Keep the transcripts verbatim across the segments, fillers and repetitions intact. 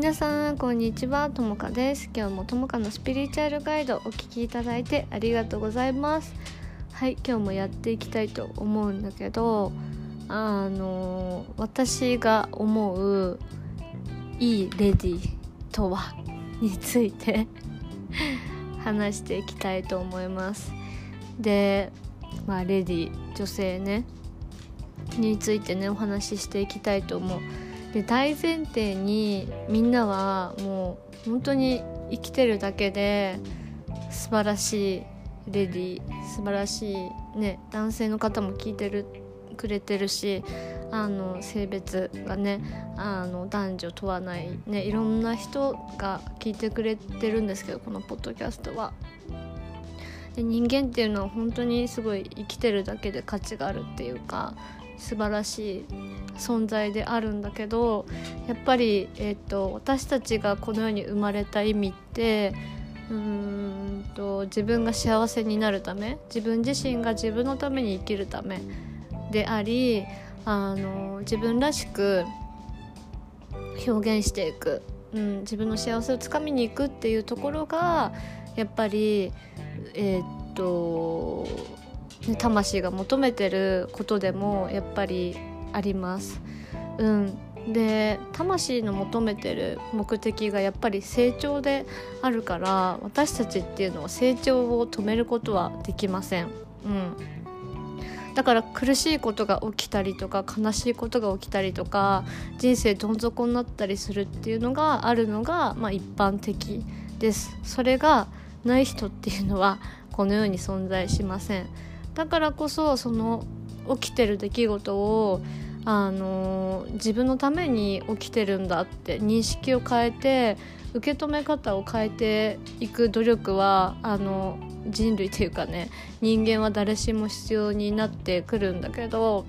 皆さんこんにちは、ともかです。今日もともかのスピリチュアルガイドお聞きいただいてありがとうございます。はい、今日もやっていきたいと思うんだけど、あの私が思ういいレディとはについて話していきたいと思います。で、まあレディ、女性ねについてねお話ししていきたいと思う。で、大前提にみんなはもう本当に生きてるだけで素晴らしいレディ、素晴らしいね男性の方も聞いてるくれてるし、あの性別がねあの男女問わないねいろんな人が聞いてくれてるんですけど、このポッドキャストはで人間っていうのは本当にすごい生きてるだけで価値があるっていうか素晴らしい存在であるんだけど、やっぱり、えーと、私たちがこの世に生まれた意味ってうーんと自分が幸せになるため、自分自身が自分のために生きるためであり、あの自分らしく表現していく、うん、自分の幸せをつかみに行くっていうところがやっぱりえー、っと魂が求めてることでもやっぱりあります、うん、で魂の求めてる目的がやっぱり成長であるから、私たちっていうのは成長を止めることはできません、うん、だから苦しいことが起きたりとか悲しいことが起きたりとか人生どん底になったりするっていうのがあるのが、まあ、一般的です。それがない人っていうのはこの世に存在しません。だからこそその起きてる出来事をあの自分のために起きてるんだって認識を変えて受け止め方を変えていく努力はあの人類というかね人間は誰しも必要になってくるんだけど、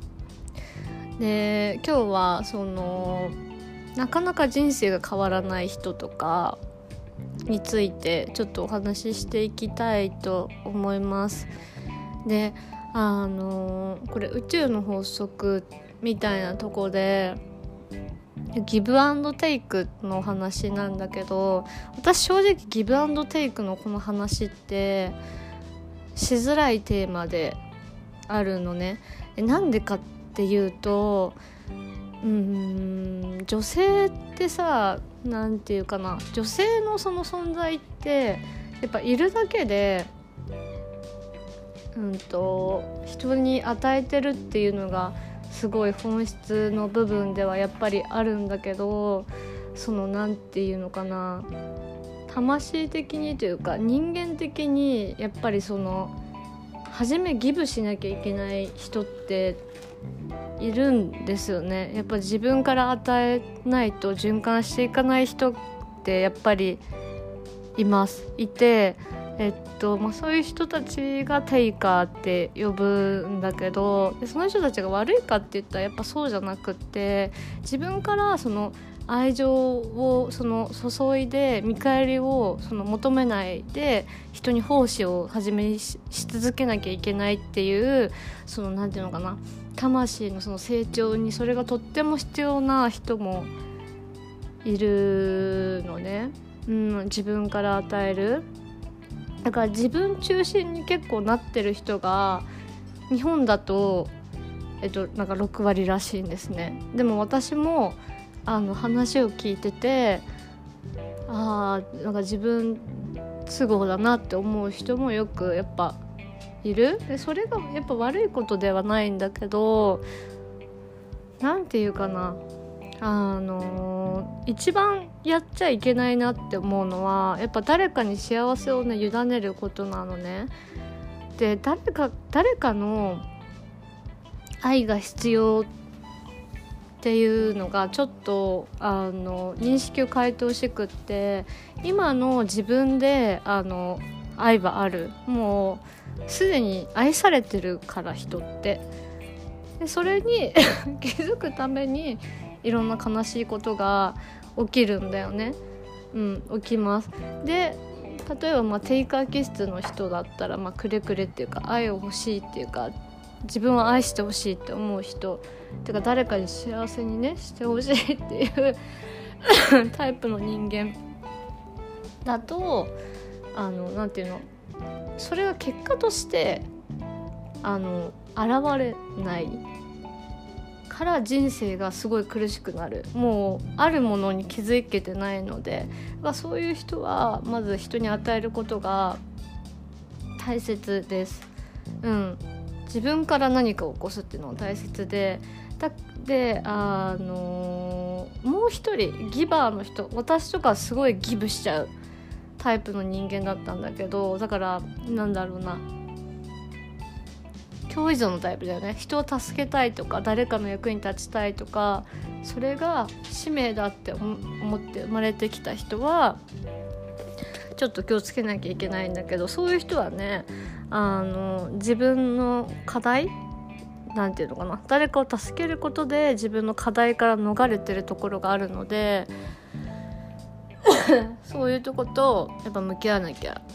で今日はそのなかなか人生が変わらない人とかについてちょっとお話ししていきたいと思います。であのこれ宇宙の法則みたいなとこでギブアンドテイクの話なんだけど、私正直ギブアンドテイクのこの話ってしづらいテーマであるのね。なんでかっていうとうーん女性ってさ、なんていうかな、女性のその存在ってやっぱいるだけでうんと人に与えてるっていうのがすごい本質の部分ではやっぱりあるんだけど、そのなんていうのかな、魂的にというか人間的にやっぱりその初めギブしなきゃいけない人っているんですよね。やっぱ自分から与えないと循環していかない人ってやっぱりいますいてえっとまあ、そういう人たちがテイカーって呼ぶんだけど、でその人たちが悪いかって言ったらやっぱそうじゃなくって、自分からその愛情をその注いで見返りをその求めないで人に奉仕を始めに し, し続けなきゃいけないっていうそのなんていうのかな、魂のその成長にそれがとっても必要な人もいるのね、うん、自分から与える。だから自分中心に結構なってる人が日本だと、えっと、なんかろくわりらしいんですね。でも私もあの話を聞いてて、あーなんか自分都合だなって思う人もよくやっぱいる。でそれがやっぱ悪いことではないんだけど、なんていうかな、あの一番やっちゃいけないなって思うのはやっぱ誰かに幸せをね委ねることなのね。で誰か誰かの愛が必要っていうのがちょっとあの認識を変えてほしくって、今の自分であの愛はある、もうすでに愛されてるから人ってでそれに気づくためにいろんな悲しいことが起きるんだよね、うん、起きます。で例えばまあテイカー気質の人だったら、まあ、くれくれっていうか愛を欲しいっていうか自分を愛してほしいって思う人ってか誰かに幸せにねしてほしいっていうタイプの人間だとあのなんていうのそれが結果としてあの現れないから人生がすごい苦しくなる。もうあるものに気づけてないので、そういう人はまず人に与えることが大切です。うん、自分から何かを起こすっていうのが大切で、だであのー、もう一人ギバーの人、私とかすごいギブしちゃうタイプの人間だったんだけど、だからなんだろうな共依存のタイプだよね。人を助けたいとか誰かの役に立ちたいとか、それが使命だって思って生まれてきた人はちょっと気をつけなきゃいけないんだけど、そういう人はねあの自分の課題なんていうのかな、誰かを助けることで自分の課題から逃れてるところがあるのでそういうとことやっぱ向き合わなきゃ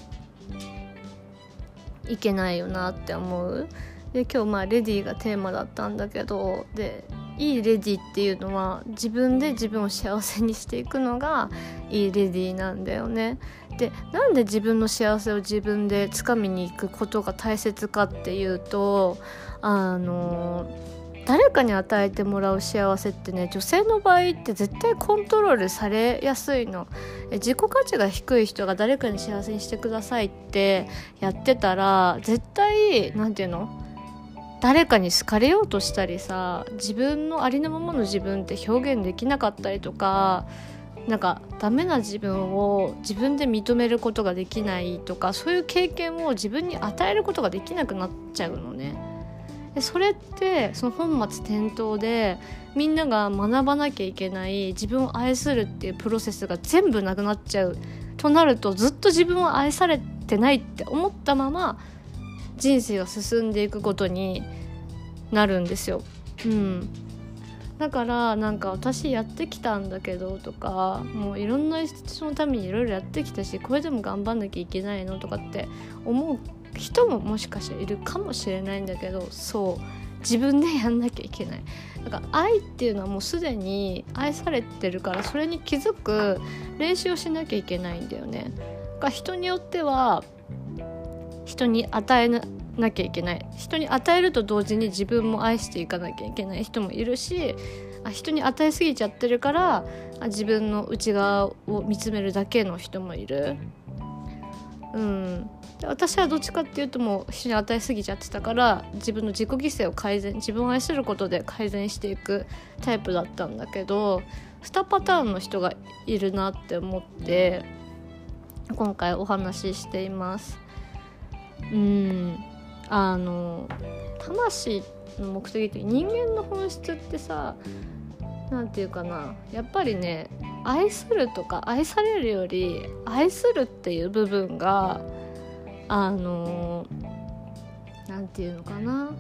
いけないよなって思う。で今日まあレディーがテーマだったんだけど、でいいレディーっていうのは自分で自分を幸せにしていくのがいいレディーなんだよね。でなんで自分の幸せを自分で掴みに行くことが大切かっていうと、あの誰かに与えてもらう幸せってね、女性の場合って絶対コントロールされやすいの。自己価値が低い人が誰かに幸せにしてくださいってやってたら絶対なんていうの誰かに好かれようとしたりさ、自分のありのままの自分って表現できなかったりとか、なんかダメな自分を自分で認めることができないとか、そういう経験を自分に与えることができなくなっちゃうのね。でそれってその本末転倒でみんなが学ばなきゃいけない自分を愛するっていうプロセスが全部なくなっちゃうとなると、ずっと自分を愛されてないって思ったまま人生が進んでいくことになるんですよ。うん、だからなんか私やってきたんだけどとか、もういろんな人のためにいろいろやってきたし、これでも頑張んなきゃいけないのとかって思う人ももしかしたらいるかもしれないんだけど、そう自分でやんなきゃいけない。だから愛っていうのはもうすでに愛されてるから、それに気づく練習をしなきゃいけないんだよね。だから人によっては人に与えなきゃいけない、人に与えると同時に自分も愛していかなきゃいけない人もいるし、あ人に与えすぎちゃってるからあ自分の内側を見つめるだけの人もいる。うん、で私はどっちかっていうともう人に与えすぎちゃってたから、自分の自己犠牲を改善、自分を愛することで改善していくタイプだったんだけど、にパターンの人がいるなって思って今回お話ししています。うんあの魂の目的って人間の本質ってさ、なんていうかな、やっぱりね愛するとか愛されるより愛するっていう部分があのなんていうのかな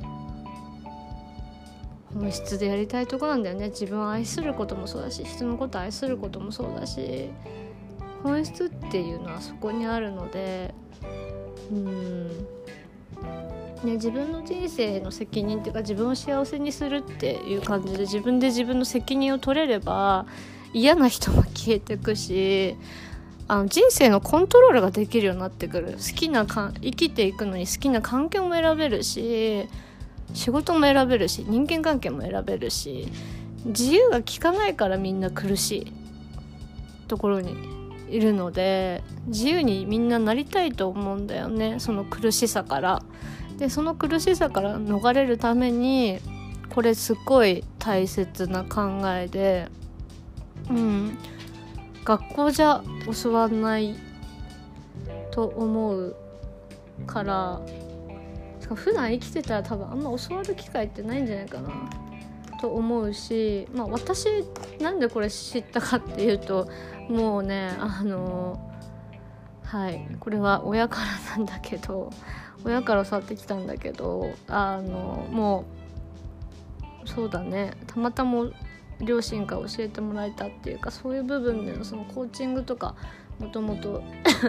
本質でやりたいとこなんだよね。自分を愛することもそうだし、人のことを愛することもそうだし、本質っていうのはそこにあるので、うんね、自分の人生の責任っていうか自分を幸せにするっていう感じで自分で自分の責任を取れれば嫌な人も消えてくし、あの人生のコントロールができるようになってくる。好きなか生きていくのに好きな環境も選べるし、仕事も選べるし、人間関係も選べるし、自由が利かないからみんな苦しいところにいるので、自由にみんななりたいと思うんだよね、その苦しさから。でその苦しさから逃れるためにこれすごい大切な考えで、うん、学校じゃ教わんないと思うから、普段生きてたら多分あんま教わる機会ってないんじゃないかなと思うし、まあ私なんでこれ知ったかっていうと、もうねあのはいこれは親からなんだけど、親から教わってきたんだけど、あのもうそうだねたまたま両親から教えてもらえたっていうか、そういう部分でのそのコーチングとかもともと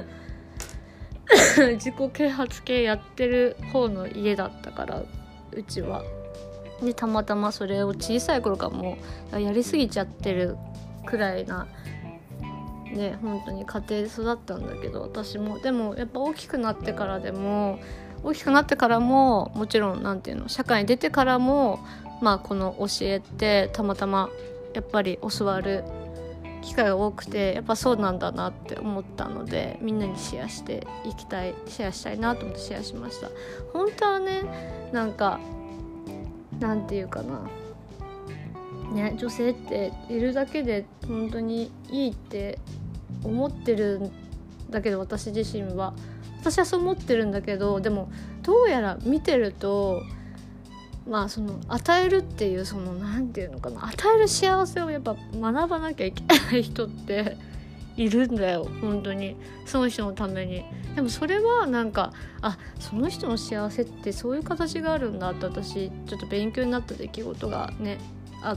自己啓発系やってる方の家だったから、うちはでたまたまそれを小さい頃からもうやりすぎちゃってるくらいなね本当に家庭で育ったんだけど、私もでもやっぱ大きくなってからでも大きくなってからももちろんなんていうの社会に出てからもまあこの教えってたまたまやっぱり教わる機会が多くて、やっぱそうなんだなって思ったので、みんなにシェアしていきたいシェアしたいなと思ってシェアしました。本当はねなんかなんていうかなね、女性っているだけで本当にいいって思ってるんだけど、私自身は私はそう思ってるんだけど、でもどうやら見てるとまあその与えるっていうそのなんていうのかな、与える幸せをやっぱ学ばなきゃいけない人っているんだよ本当に、その人のために。でもそれはなんかあその人の幸せってそういう形があるんだって、私ちょっと勉強になった出来事がねあって、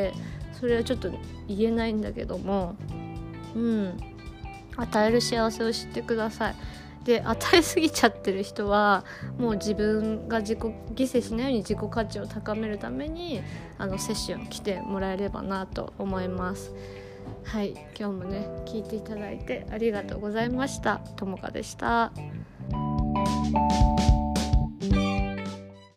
それはちょっと言えないんだけども、うん与える幸せを知ってください。で与えすぎちゃってる人はもう自分が自己犠牲しないように自己価値を高めるためにあのセッション来てもらえればなと思います。はい、今日もね聞いていただいてありがとうございました。ともかでした。